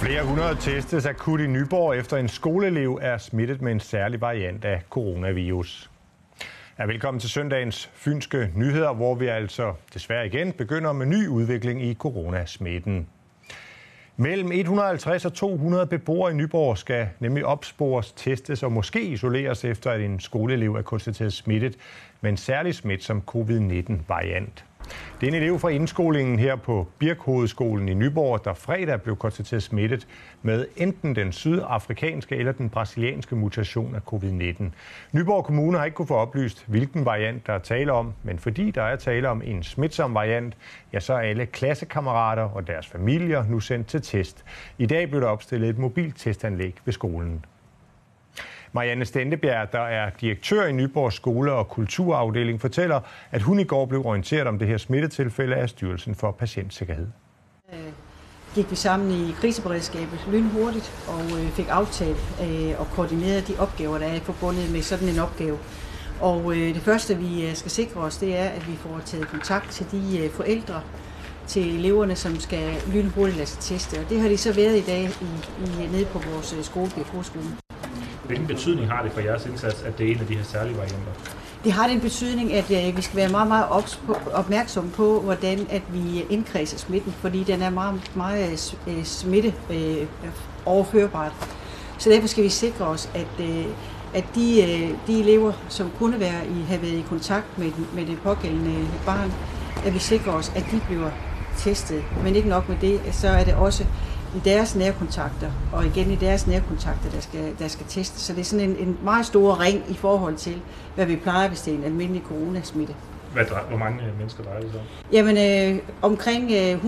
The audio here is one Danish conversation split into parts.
Flere hundrede testes akut i Nyborg efter en skoleelev er smittet med en særlig variant af coronavirus. Ja, velkommen til søndagens Fynske Nyheder, hvor vi altså desværre igen begynder med ny udvikling i coronasmitten. Mellem 150 og 200 beboere i Nyborg skal nemlig opspores, testes og måske isoleres efter, at en skoleelev er konstateret smittet med en særlig smitsom covid-19-variant. Det er en elev fra indskolingen her på Birkhovedskolen i Nyborg, der fredag blev konstateret smittet med enten den sydafrikanske eller den brasilianske mutation af covid-19. Nyborg Kommune har ikke kunnet få oplyst, hvilken variant der er tale om, men fordi der er tale om en smitsom variant, ja, så er alle klassekammerater og deres familier nu sendt til test. I dag blev der opstillet et mobilt testanlæg ved skolen. Marianne Stendebjerg, der er direktør i Nyborg Skole- og Kulturafdeling, fortæller, at hun i går blev orienteret om det her smittetilfælde af Styrelsen for Patientsikkerhed. Gik vi sammen i kriseberedskabet lynhurtigt og fik aftalt og koordineret de opgaver, der er forbundet med sådan en opgave. Og det første, vi skal sikre os, det er, at vi får taget kontakt til de forældre, til eleverne, som skal lynhurtigt lade sig teste. Og det har de så været i dag nede på vores skole, Birkhovedskolen. Hvilken betydning har det for jeres indsats, at det er en af de her særlige varianter? Det har den betydning, at vi skal være meget, meget opmærksomme på, hvordan at vi indkredser smitten, fordi den er meget smitte overførbart. Så derfor skal vi sikre os, at de elever, som kunne have været i kontakt med det pågældende barn, at vi sikrer os, at de bliver testet. Men ikke nok med det, så er det også i deres nærkontakter, og igen i deres nærkontakter, der skal testes. Så det er sådan en meget stor ring i forhold til, hvad vi plejer, hvis det er en almindelig coronasmitte. Hvor mange mennesker drejer det sig om? Jamen omkring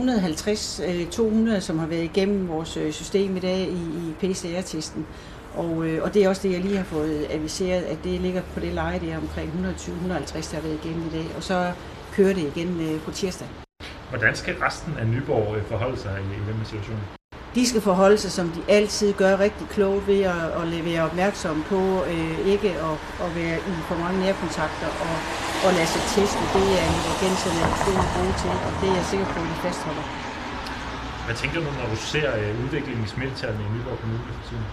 150-200, som har været igennem vores system i dag i PCR-testen. Og det er også det, jeg lige har fået aviseret, at det ligger på det leje, det er omkring 120-150, der har været igennem i dag. Og så kører det igen på tirsdag. Hvordan skal resten af Nyborg forholde sig i denne situation? De skal forholde sig, som de altid gør, rigtig klogt ved at være opmærksomme på ikke at være i for mange nærkontakter og lade sig teste. Det er intelligenserne utroligt gode til, og det er jeg sikker på, at de fastholder. Hvad tænker du, når du ser udviklingen i smittetallene i Nyborg Kommune for tiden?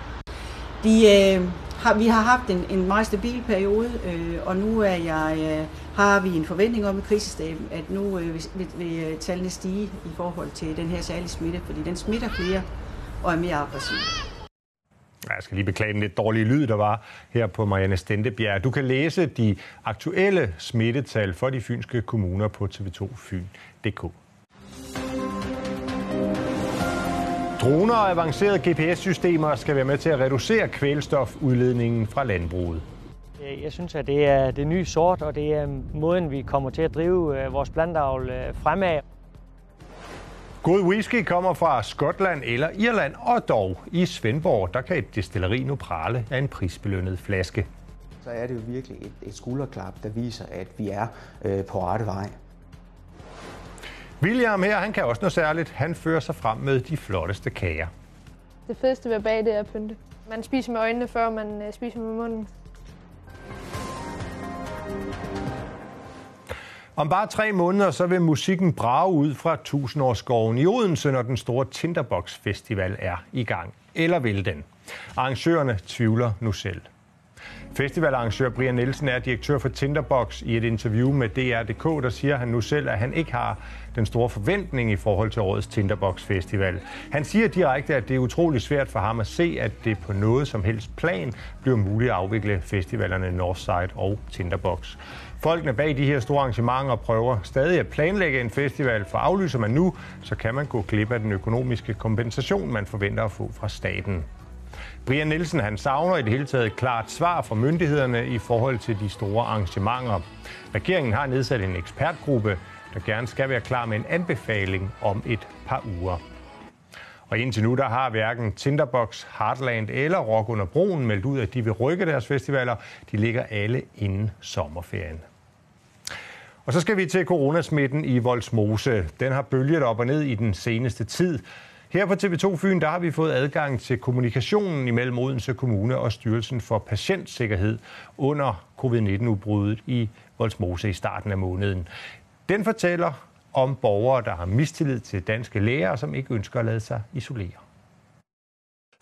Vi har haft en meget stabil periode, og nu har vi en forventning om i krisestaben, at nu vil tallene stige i forhold til den her særlige smitte, fordi den smitter flere og er mere aggressiv. Jeg skal lige beklage den lidt dårlige lyd, der var her på Marianne Stendebjerg. Du kan læse de aktuelle smittetal for de fynske kommuner på tv2fyn.dk. Droner og avancerede GPS-systemer skal være med til at reducere kvælstofudledningen fra landbruget. Jeg synes, at det er det nye sort, og det er måden, vi kommer til at drive vores plantavl fremad. God whisky kommer fra Skotland eller Irland, og dog i Svendborg, der kan et destilleri nu prale af en prisbelønnet flaske. Så er det jo virkelig et skulderklap, der viser, at vi er på rette vej. William her, han kan også noget særligt. Han fører sig frem med de flotteste kager. Det fedeste ved at bage, det er at pynte. Man spiser med øjnene, før man spiser med munden. Om bare 3 måneder så vil musikken brage ud fra 1000-årsskoven i Odense, når den store Tinderbox Festival er i gang. Eller vil den? Arrangørerne tvivler nu selv. Festivalarrangør Brian Nielsen er direktør for Tinderbox. I et interview med DR.dk, der siger han nu selv, at han ikke har den store forventning i forhold til årets Tinderbox Festival. Han siger direkte, at det er utroligt svært for ham at se, at det på noget som helst plan bliver muligt at afvikle festivalerne Northside og Tinderbox. Folkene bag de her store arrangementer prøver stadig at planlægge en festival, for aflyser man nu, så kan man gå glip af den økonomiske kompensation, man forventer at få fra staten. Brian Nielsen han savner i det hele taget et klart svar fra myndighederne i forhold til de store arrangementer. Regeringen har nedsat en ekspertgruppe, der gerne skal være klar med en anbefaling om et par uger. Og indtil nu der har hverken Tinderbox, Heartland eller Rock under Broen meldt ud, at de vil rykke deres festivaler. De ligger alle inden sommerferien. Og så skal vi til coronasmitten i Vollsmose. Den har bølget op og ned i den seneste tid. Her på TV2 Fyn, der har vi fået adgang til kommunikationen imellem Odense Kommune og Styrelsen for Patientsikkerhed under covid-19-udbruddet i Vollsmose i starten af måneden. Den fortæller om borgere, der har mistillid til danske læger, som ikke ønsker at lade sig isolere.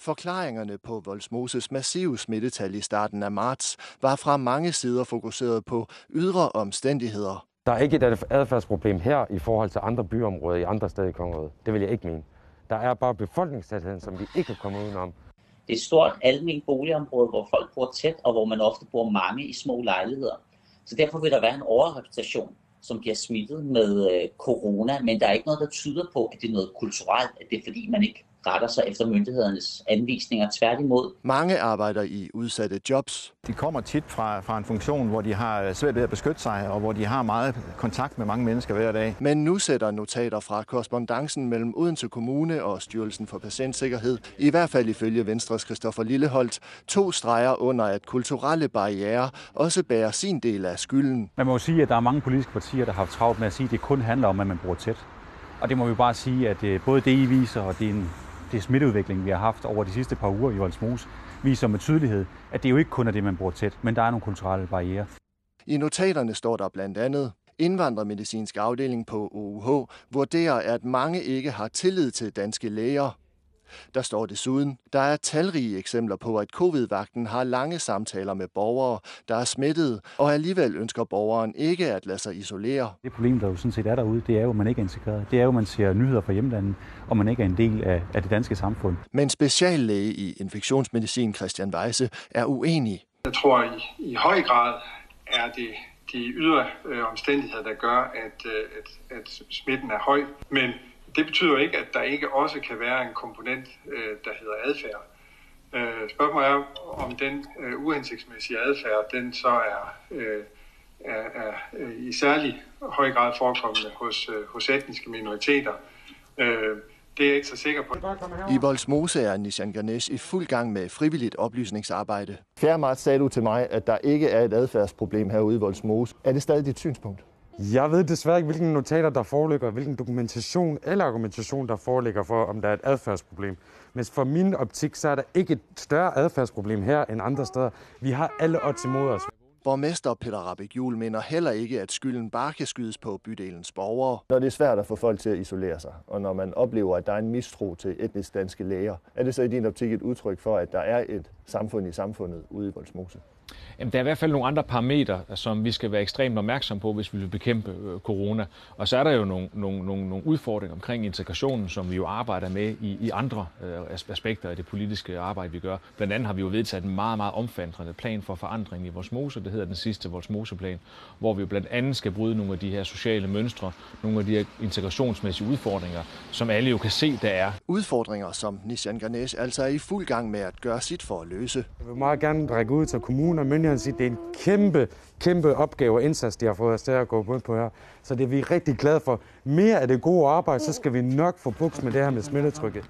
Forklaringerne på Vollsmoses massive smittetal i starten af marts var fra mange sider fokuseret på ydre omstændigheder. Der er ikke et adfærdsproblem her i forhold til andre byområder i andre steder i kongeriget. Det vil jeg ikke mene. Der er bare befolkningstætheden, som vi ikke kan komme udenom. Det er et stort alment boligområde, hvor folk bor tæt, og hvor man ofte bor mange i små lejligheder. Så derfor vil der være en overrepræsentation, som bliver smittet med corona, men der er ikke noget, der tyder på, at det er noget kulturelt, at det er fordi, man ikke retter sig efter myndighedernes anvisninger. Tværtimod. Mange arbejder i udsatte jobs. De kommer tit fra en funktion, hvor de har svært ved at beskytte sig, og hvor de har meget kontakt med mange mennesker hver dag. Men nu sætter notater fra korrespondancen mellem Odense Kommune og Styrelsen for Patientsikkerhed, i hvert fald ifølge Venstres Christoffer Lilleholt, 2 streger under, at kulturelle barrierer også bærer sin del af skylden. Man må jo sige, at der er mange politiske partier, der har haft travlt med at sige, at det kun handler om, at man bor tæt. Og det må vi bare sige, at både det, I viser, og det smitteudvikling, vi har haft over de sidste par uger i Vollsmose, viser med tydelighed, at det jo ikke kun er det, man bor tæt, men der er nogle kulturelle barrierer. I notaterne står der blandt andet, indvandrermedicinsk afdeling på OUH vurderer, at mange ikke har tillid til danske læger. Der står desuden, der er talrige eksempler på, at covid-vagten har lange samtaler med borgere, der er smittet, og alligevel ønsker borgeren ikke at lade sig isolere. Det problem, der jo sådan set er derude, det er jo, at man ikke er integreret. Det er jo, at man ser nyheder fra hjemlandet, og man ikke er en del af det danske samfund. Men speciallæge i infektionsmedicin Christian Weise er uenig. Jeg tror i høj grad er det de ydre omstændigheder, der gør, at smitten er høj. Men det betyder ikke, at der ikke også kan være en komponent, der hedder adfærd. Spørgsmålet er, om den uhensigtsmæssige adfærd, den så er i særlig høj grad forekommende hos etniske minoriteter. Det er jeg ikke så sikker på. I Vollsmose er Nishan Ganesh i fuld gang med frivilligt oplysningsarbejde. 4. marts sagde du til mig, at der ikke er et adfærdsproblem herude i Vollsmose. Er det stadig dit synspunkt? Jeg ved desværre ikke, hvilke notater der foreligger, hvilken dokumentation eller argumentation der foreligger for, om der er et adfærdsproblem. Men for min optik, så er der ikke et større adfærdsproblem her end andre steder. Vi har alle odds imod os. Borgmester Peter Rahbæk-Juel mener heller ikke, at skylden bare kan skydes på bydelens borgere. Når det er svært at få folk til at isolere sig, og når man oplever, at der er en mistro til etnisk danske læger, er det så i din optik et udtryk for, at der er et samfund i samfundet ude i Vollsmose? Jamen, der er i hvert fald nogle andre parametre, som vi skal være ekstremt opmærksom på, hvis vi vil bekæmpe corona. Og så er der jo nogle udfordringer omkring integrationen, som vi jo arbejder med i andre aspekter af det politiske arbejde, vi gør. Blandt andet har vi jo vedtaget en meget, meget omfattende plan for forandring i Vollsmose. Det hedder den sidste Vollsmose-plan, hvor vi jo blandt andet skal bryde nogle af de her sociale mønstre, nogle af de her integrationsmæssige udfordringer, som alle jo kan se, der er. Udfordringer, som Nishan Ganesh altså er i fuld gang med at gøre sit for at løse. Jeg vil meget gerne række ud til kommuner og myndighederne og sige, at det er en kæmpe opgave og indsats, de har fået os til at gå på her. Så det er vi rigtig glade for. Mere af det gode arbejde, så skal vi nok få buks med det her med smittetrykket.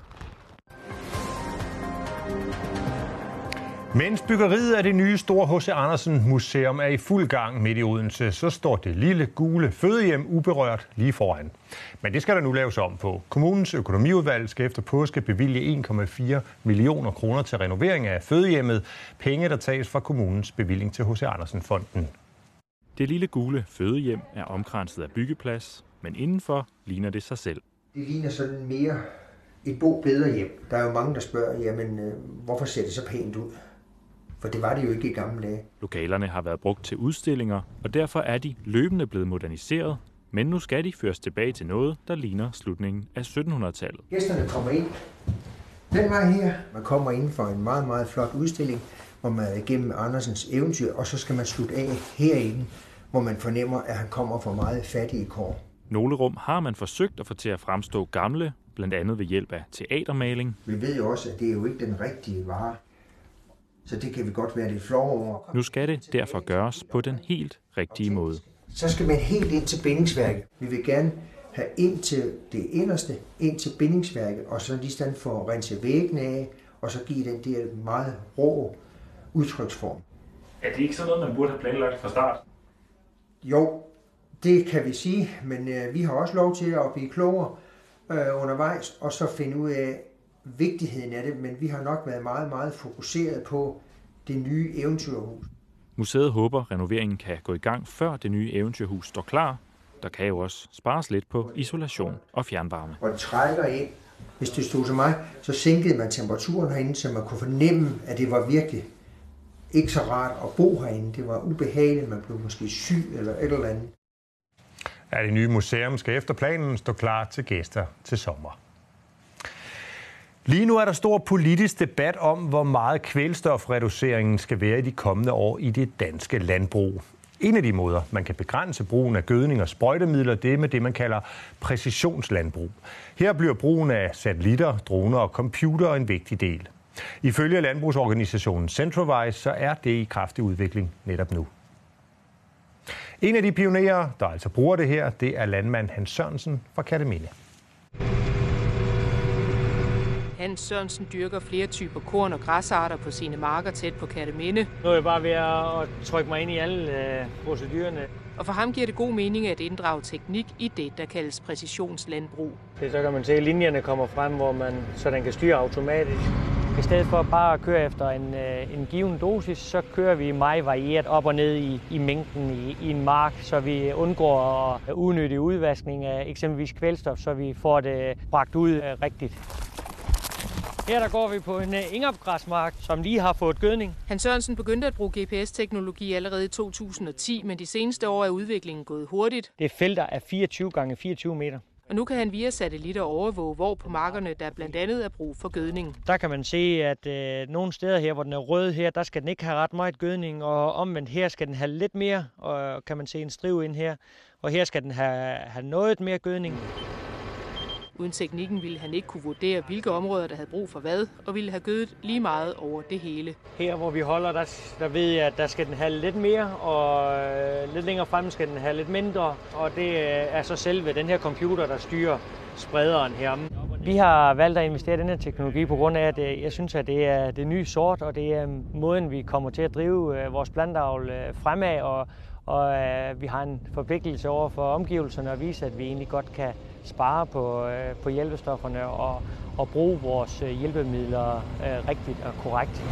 Mens byggeriet af det nye store H.C. Andersen Museum er i fuld gang midt i Odense, så står det lille gule fødehjem uberørt lige foran. Men det skal der nu laves om på. Kommunens økonomiudvalg skal efter påske bevilge 1,4 millioner kroner til renovering af fødehjemmet. Penge, der tages fra kommunens bevilling til H.C. Andersen-fonden. Det lille gule fødehjem er omkranset af byggeplads, men indenfor ligner det sig selv. Det ligner sådan mere et bedre hjem. Der er jo mange, der spørger, jamen hvorfor ser det så pænt ud? For det var det jo ikke i gamle dage. Lokalerne har været brugt til udstillinger, og derfor er de løbende blevet moderniseret. Men nu skal de føres tilbage til noget, der ligner slutningen af 1700-tallet. Gæsterne kommer ind den vej her. Man kommer ind for en meget, meget flot udstilling, hvor man er igennem Andersens eventyr, og så skal man slutte af herinde, hvor man fornemmer, at han kommer fra meget fattige kår. Nogle rum har man forsøgt at få til at fremstå gamle, blandt andet ved hjælp af teatermaling. Vi ved jo også, at det er jo ikke den rigtige vare. Så det kan vi godt være lidt flove over. Nu skal det derfor gøres på den helt rigtige måde. Så skal man helt ind til bindingsværket. Vi vil gerne have ind til det inderste, ind til bindingsværket, og så lige stand for at rense væggene af, og så give den der meget rå udtryksform. Er det ikke sådan noget, man burde have planlagt fra start? Jo, det kan vi sige, men vi har også lov til at blive klogere undervejs, og så finde ud af vigtigheden af det, men vi har nok været meget, meget fokuseret på det nye eventyrhus. Museet håber, renoveringen kan gå i gang, før det nye eventyrhus står klar. Der kan jo også spares lidt på isolation og fjernvarme. Og trækker ind Hvis det stod til mig, så sænkede man temperaturen herinde, så man kunne fornemme, at det var virkelig ikke så rart at bo herinde. Det var ubehageligt, man blev måske syg eller et eller andet. Ja, det nye museum skal efter planen stå klar til gæster til sommer. Lige nu er der stor politisk debat om, hvor meget kvælstofreduceringen skal være i de kommende år i det danske landbrug. En af de måder, man kan begrænse brugen af gødning og sprøjtemidler, det er med det, man kalder præcisionslandbrug. Her bliver brugen af satellitter, droner og computer en vigtig del. Ifølge landbrugsorganisationen Centrovise, så er det i kraftig udvikling netop nu. En af de pionerer, der altså bruger det her, det er landmand Hans Sørensen fra Kerteminde. Hans Sørensen dyrker flere typer korn og græsarter på sine marker tæt på Kerteminde. Nu er jeg bare ved at trykke mig ind i alle procedurerne. Og for ham giver det god mening at inddrage teknik i det, der kaldes præcisionslandbrug. Så kan man se, at linjerne kommer frem, så den kan styre automatisk. I stedet for bare at køre efter en given dosis, så kører vi meget varieret op og ned i mængden i en mark, så vi undgår at udnytte udvaskning af eksempelvis kvælstof, så vi får det bragt ud rigtigt. Her der går vi på en engopgræsmark, som lige har fået gødning. Hans Sørensen begyndte at bruge GPS-teknologi allerede i 2010, men de seneste år er udviklingen gået hurtigt. Det er felter af 24 gange 24 meter. Og nu kan han via satellitter overvåge, hvor på markerne der blandt andet er brug for gødning. Der kan man se, at nogle steder her, hvor den er rød her, der skal den ikke have ret meget gødning, og omvendt her skal den have lidt mere, og kan man se en strive ind her. Og her skal den have noget mere gødning. Uden teknikken ville han ikke kunne vurdere, hvilke områder, der havde brug for hvad, og ville have gødet lige meget over det hele. Her, hvor vi holder, der ved jeg, at der skal den have lidt mere, og lidt længere frem skal den have lidt mindre. Og det er så selve den her computer, der styrer sprederen her. Vi har valgt at investere i den her teknologi på grund af, at jeg synes, at det er det nye sort, og det er måden, vi kommer til at drive vores plantavl fremad, og vi har en forpligtelse over for omgivelserne at vise, at vi egentlig godt kan spare på hjælpestofferne og bruge vores hjælpemidler rigtigt og korrekt.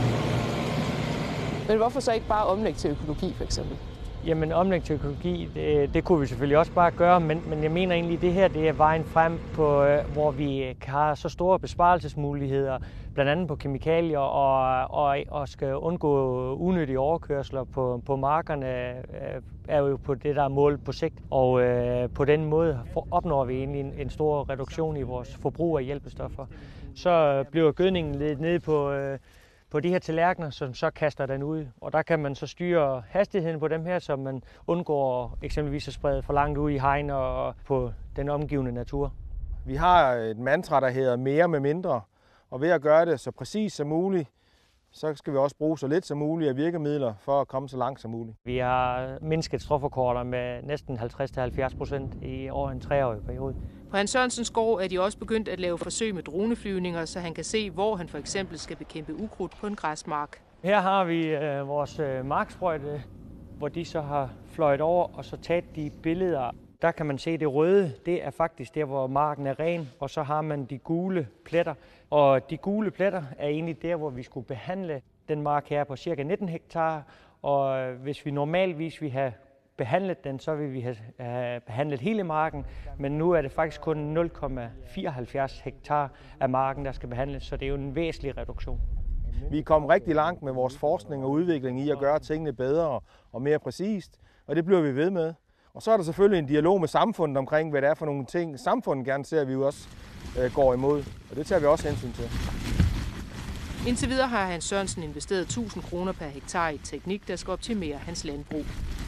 Men hvorfor så ikke bare omlægge til økologi for eksempel? Jamen omlægge til økologi, det kunne vi selvfølgelig også bare gøre, men jeg mener egentlig, at det her det er vejen frem, hvor vi har så store besparelsesmuligheder, blandt andet på kemikalier, og skal undgå unødige overkørsler på markerne, er jo på det, der er mål på sigt. Og på den måde opnår vi egentlig en stor reduktion i vores forbrug af hjælpestoffer. Så bliver gødningen ledt ned på de her tallerkener, som så kaster den ud. Og der kan man så styre hastigheden på dem her, så man undgår eksempelvis at sprede for langt ud i hegn og på den omgivende natur. Vi har et mantra, der hedder mere med mindre. Og ved at gøre det så præcis som muligt, så skal vi også bruge så lidt som muligt af virkemidler for at komme så langt som muligt. Vi har mindsket stråforkorter med næsten 50-70% i over en 3-årig periode. På Hans Sørensens gård er de også begyndt at lave forsøg med droneflyvninger, så han kan se, hvor han for eksempel skal bekæmpe ukrudt på en græsmark. Her har vi vores marksprøjte, hvor de så har fløjet over og så taget de billeder. Der kan man se det røde, det er faktisk der, hvor marken er ren, og så har man de gule pletter. Og de gule pletter er egentlig der, hvor vi skulle behandle den mark her på cirka 19 hektar. Og hvis vi normalvis vil have behandlet den, så vil vi have behandlet hele marken. Men nu er det faktisk kun 0,74 hektar af marken, der skal behandles, så det er jo en væsentlig reduktion. Vi er kommet rigtig langt med vores forskning og udvikling i at gøre tingene bedre og mere præcist, og det bliver vi ved med. Og så er der selvfølgelig en dialog med samfundet omkring, hvad det er for nogle ting, samfundet gerne ser, at vi jo også går imod. Og det tager vi også hensyn til. Indtil videre har Hans Sørensen investeret 1000 kroner per hektar i teknik, der skal optimere hans landbrug.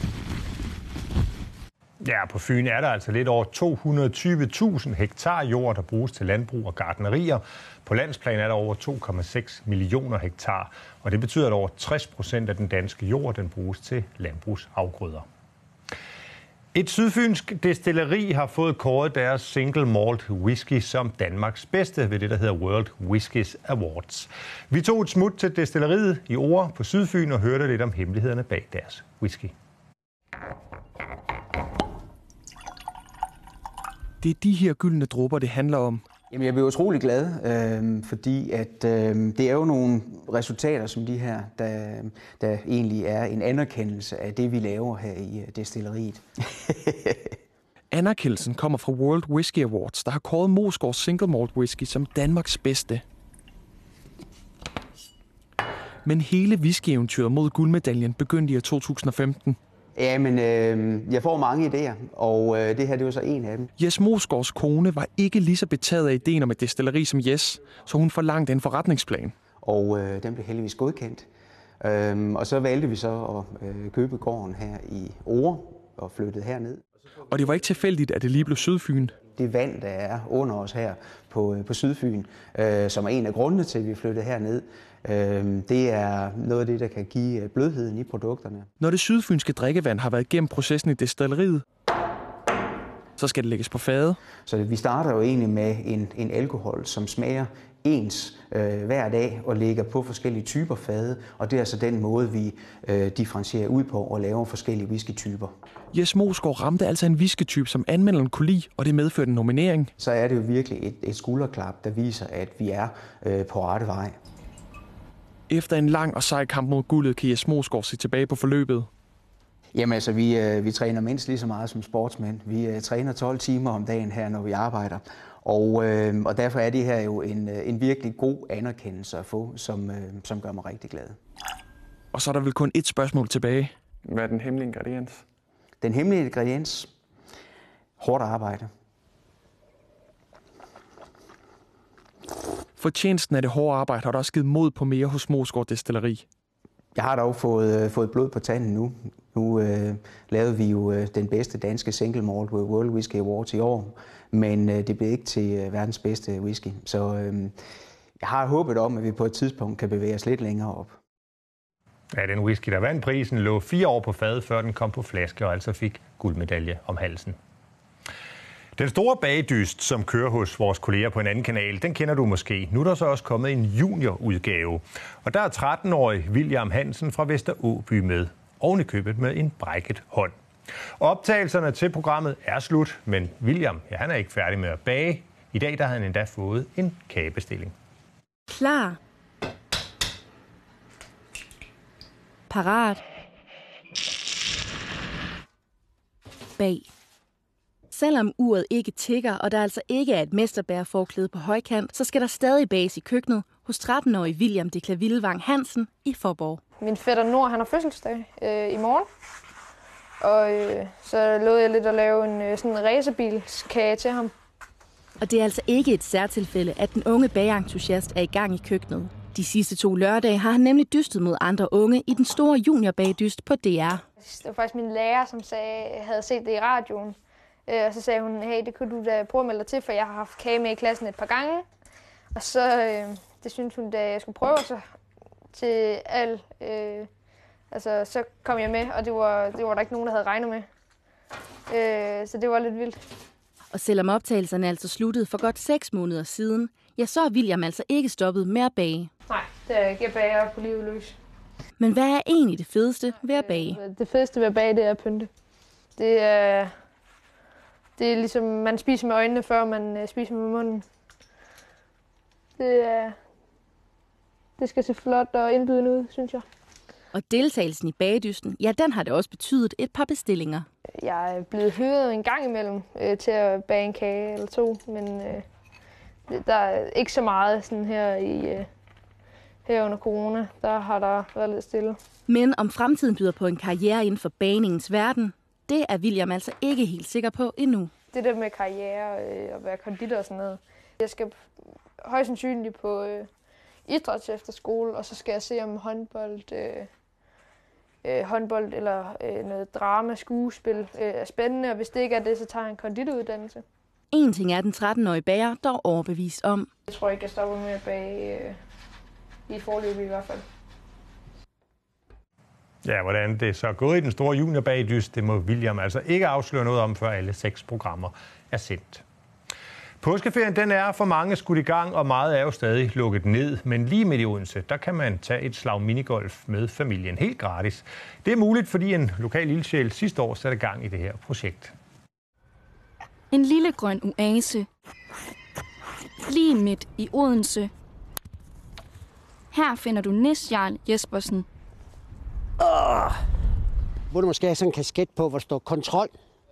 Ja, på Fyn er der altså lidt over 220.000 hektar jord, der bruges til landbrug og gartnerier. På landsplan er der over 2,6 millioner hektar, og det betyder, at over 60% af den danske jord den bruges til landbrugsafgrøder. Et sydfynsk destilleri har fået kåret deres single malt whisky som Danmarks bedste ved det, der hedder World Whiskies Awards. Vi tog et smut til destilleriet i Ore på Sydfyn og hørte lidt om hemmelighederne bag deres whisky. Det er de her gyldne dråber, det handler om. Jamen, jeg bliver utrolig glad, fordi at, det er jo nogle resultater som de her, der egentlig er en anerkendelse af det, vi laver her i destilleriet. Anerkendelsen kommer fra World Whisky Awards, der har kåret Moesgaard Single Malt Whisky som Danmarks bedste. Men hele whiskyeventyret mod guldmedaljen begyndte i 2015. Jamen, jeg får mange idéer, og det her det var så en af dem. Jes Moesgaards kone var ikke lige så betaget af ideen om et destilleri som Jes, så hun forlangte en forretningsplan. Og den blev heldigvis godkendt. Og så valgte vi så at købe gården her i Ore og flyttede herned. Og det var ikke tilfældigt, at det lige blev Sydfyn. Det vand, der er under os her på Sydfyn, som er en af grundene til, at vi flyttede herned, det er noget af det, der kan give blødheden i produkterne. Når det sydfynske drikkevand har været igennem processen i destilleriet, så skal det lægges på fade. Så vi starter jo egentlig med en alkohol, som smager ens hver dag og ligger på forskellige typer fade, og det er altså den måde, vi differentierer ud på og laver forskellige whiskytyper. Jes Moesgaard ramte altså en whiskytype, som anmelderen kunne lide, og det medførte en nominering. Så er det jo virkelig et skulderklap, der viser, at vi er på rette vej. Efter en lang og sej kamp mod guldet, kan Jes Moesgaard se tilbage på forløbet. Jamen altså, vi træner mindst lige så meget som sportsmænd. Vi træner 12 timer om dagen her, når vi arbejder. Og derfor er det her jo en virkelig god anerkendelse at få, som gør mig rigtig glad. Og så er der vel kun et spørgsmål tilbage. Hvad er den hemmelige ingrediens? Den hemmelige ingrediens? Hårdt arbejde. Fortjenesten af det hårde arbejde har der også givet mod på mere hos Moesgaard Destilleri. Jeg har dog fået blod på tanden nu. Nu lavede vi jo den bedste danske single malt ved World Whisky Awards i år, men det blev ikke til verdens bedste whisky. Så jeg har håbet om, at vi på et tidspunkt kan bevæge os lidt længere op. Ja, den whisky, der vandt prisen, lå 4 år på fad, før den kom på flaske og altså fik guldmedalje om halsen. Den store bagedyst, som kører hos vores kolleger på en anden kanal, den kender du måske. Nu er der så også kommet en juniorudgave. Og der er 13-årig William Hansen fra Vesteråby med. Oven i købet med en brækket hånd. Optagelserne til programmet er slut, men William, ja, han er ikke færdig med at bage. I dag der har han endda fået en kagebestilling. Klar. Parat. Bag. Selvom uret ikke tikker, og der altså ikke er et mesterbærforklæde på højkant, så skal der stadig bages i køkkenet hos 13-årige William de Clavillevang Hansen i Fåborg. Min fætter Nord, han har fødselsdag i morgen, og så lovede jeg lidt at lave sådan en racerbilskage til ham. Og det er altså ikke et særtilfælde, at den unge bageentusiast er i gang i køkkenet. De sidste 2 lørdage har han nemlig dystet mod andre unge i den store juniorbagdyst på DR. Det var faktisk min lærer, som havde set det i radioen. Og så sagde hun, hey, det kunne du da prøve at melde dig til, for jeg har haft kage med i klassen et par gange. Og så, det syntes hun, da jeg skulle prøve, så til så kom jeg med, og det var der ikke nogen, der havde regnet med. Så det var lidt vildt. Og selvom optagelserne altså sluttede for godt 6 måneder siden, ja, så er William altså ikke stoppet med at bage. Nej, det er ikke. Jeg bager på livet løs. Men hvad er egentlig det fedeste ved at bage? Det fedeste ved at bage, det er at pynte. Det er ligesom, man spiser med øjnene, før man spiser med munden. Det skal se flot og indbydende ud, synes jeg. Og deltagelsen i bagedysten, ja, den har det også betydet et par bestillinger. Jeg er blevet hyret en gang imellem til at bage en kage eller 2, men der er ikke så meget sådan her under corona. Der har der været lidt stille. Men om fremtiden byder på en karriere inden for bagningens verden, det er William altså ikke helt sikker på endnu. Det der med karriere og være konditor og sådan noget. Jeg skal højst sandsynligt på idrætsefterskole, og så skal jeg se om håndbold eller noget drama, skuespil er spændende, og hvis det ikke er det, så tager jeg en konditoruddannelse. En ting er den 13-årige bager dog overbevist om. Jeg tror ikke, jeg stopper med at bage i forløbet i hvert fald. Ja, hvordan det så er gået i den store juniorbagdyst, det må William altså ikke afsløre noget om, før alle 6 programmer er sendt. Påskeferien den er for mange skudt i gang, og meget er jo stadig lukket ned. Men lige midt i Odense, der kan man tage et slag minigolf med familien helt gratis. Det er muligt, fordi en lokal ildsjæl sidste år satte gang i det her projekt. En lille grøn oase. Lige midt i Odense. Her finder du Nis Jarl Jespersen. Hvor du måske have sådan en kasket på, hvor der står kontrol.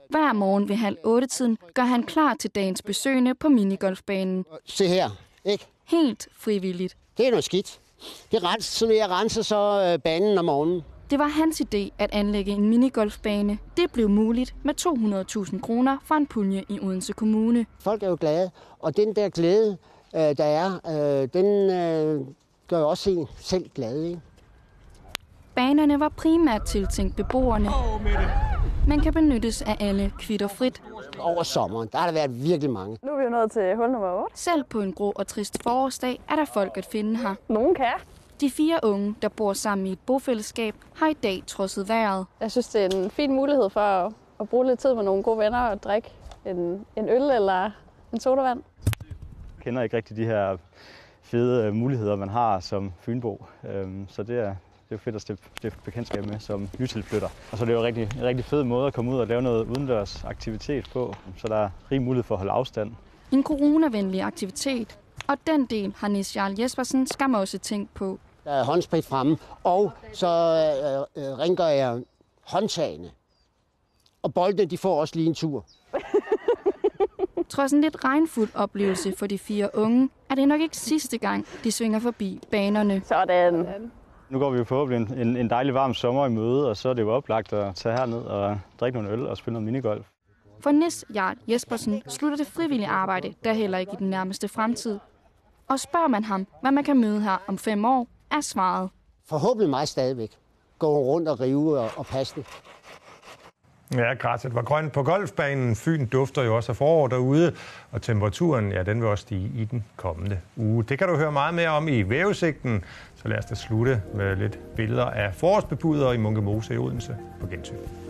Hver morgen ved 7:30 gør han klar til dagens besøgende på minigolfbanen. Se her, ikke? Helt frivilligt. Det er noget skidt. Det er så jeg renser så banen om morgenen. Det var hans idé at anlægge en minigolfbane. Det blev muligt med 200.000 kroner fra en pulje i Odense Kommune. Folk er jo glade, og den der glæde, der er, den gør jo også en selv glad, ikke? Banerne var primært tiltænkt beboerne, men kan benyttes af alle kvitterfrit. Over sommeren, der har der været virkelig mange. Nu er vi jo nået til hul nummer 8. Selv på en grå og trist forårsdag er der folk at finde her. Nogen kan. De 4 unge, der bor sammen i et bofællesskab, har i dag trodset vejret. Jeg synes, det er en fin mulighed for at bruge lidt tid med nogle gode venner og drikke en øl eller en sodavand. Jeg kender ikke rigtig de her fede muligheder, man har som fynbo, så det er fedt at stifte bekendtskab med som nytilflytter. Og så er det jo en rigtig fed måde at komme ud og lave noget udendørs aktivitet på, så der er rig mulighed for at holde afstand. En coronavenlig aktivitet, og den del har Nis Jarl Jespersen skam også tænkt på. Der er håndsprit fremme, og så rengør jeg håndtagene. Og boldene, de får også lige en tur. Trods en lidt regnfuld oplevelse for de 4 unge, er det nok ikke sidste gang, de svinger forbi banerne. Sådan. Nu går vi jo forhåbentlig en dejlig varm sommer i møde, og så er det jo oplagt at tage herned og drikke nogle øl og spille noget minigolf. For Nis Jarl Jespersen slutter det frivillige arbejde der heller ikke i den nærmeste fremtid. Og spørger man ham, hvad man kan møde her om 5 år, er svaret. Forhåbentlig mig stadigvæk. Gå rundt og rive og passe det. Ja, græsset var grønt på golfbanen. Fyn dufter jo også af forår derude, og temperaturen, ja, den vil også stige i den kommende uge. Det kan du høre meget mere om i vejrudsigten, så lad os da slutte med lidt billeder af forårsbebuder i Munke Mose i Odense på gensyn.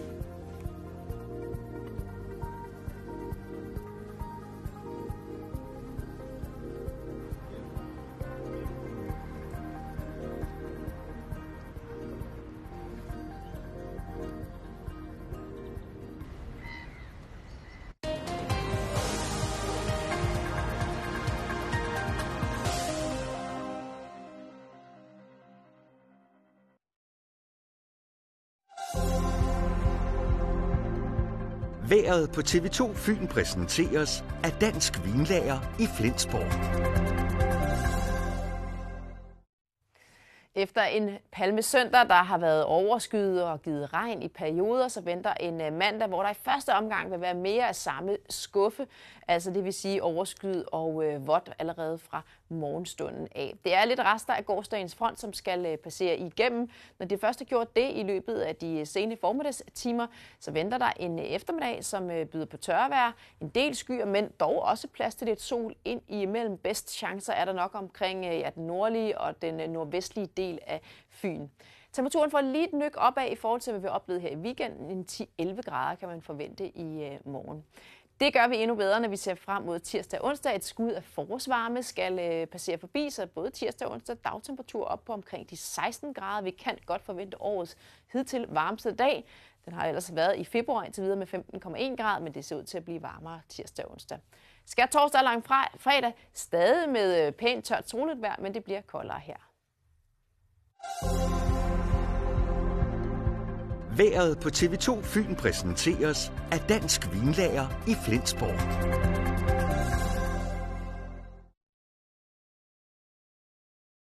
Vejret på TV2 Fyn præsenteres af Dansk Vinlager i Flensborg. Efter en palmesøndag, der har været overskyet og givet regn i perioder, så venter en mandag, hvor der i første omgang vil være mere af samme skuffe, altså det vil sige overskyet og vådt allerede fra morgenstunden af. Det er lidt rester af gårsdagens front, som skal passere igennem. Når det først har gjort det i løbet af de sene formidagstimer, så venter der en eftermiddag, som byder på tørvejr, en del skyer, men dog også plads til lidt sol ind imellem. Bedst chancer er der nok omkring den nordlige og den nordvestlige del af Fyn. Temperaturen får lige et nyk opad i forhold til, hvad vi oplevede her i weekenden. En 10-11 grader kan man forvente i morgen. Det gør vi endnu bedre, når vi ser frem mod tirsdag og onsdag. Et skud af forårsvarme skal passere forbi, så både tirsdag og onsdag dagtemperatur op på omkring de 16 grader. Vi kan godt forvente årets hidtil varmeste dag. Den har ellers været i februar indtil videre med 15,1 grader, men det ser ud til at blive varmere tirsdag og onsdag. Skær torsdag og langfredag stadig med pænt tørt soligt vejr, men det bliver koldere her. Vejret på TV2 Fyn præsenteres af Dansk Vinlager i Flensborg.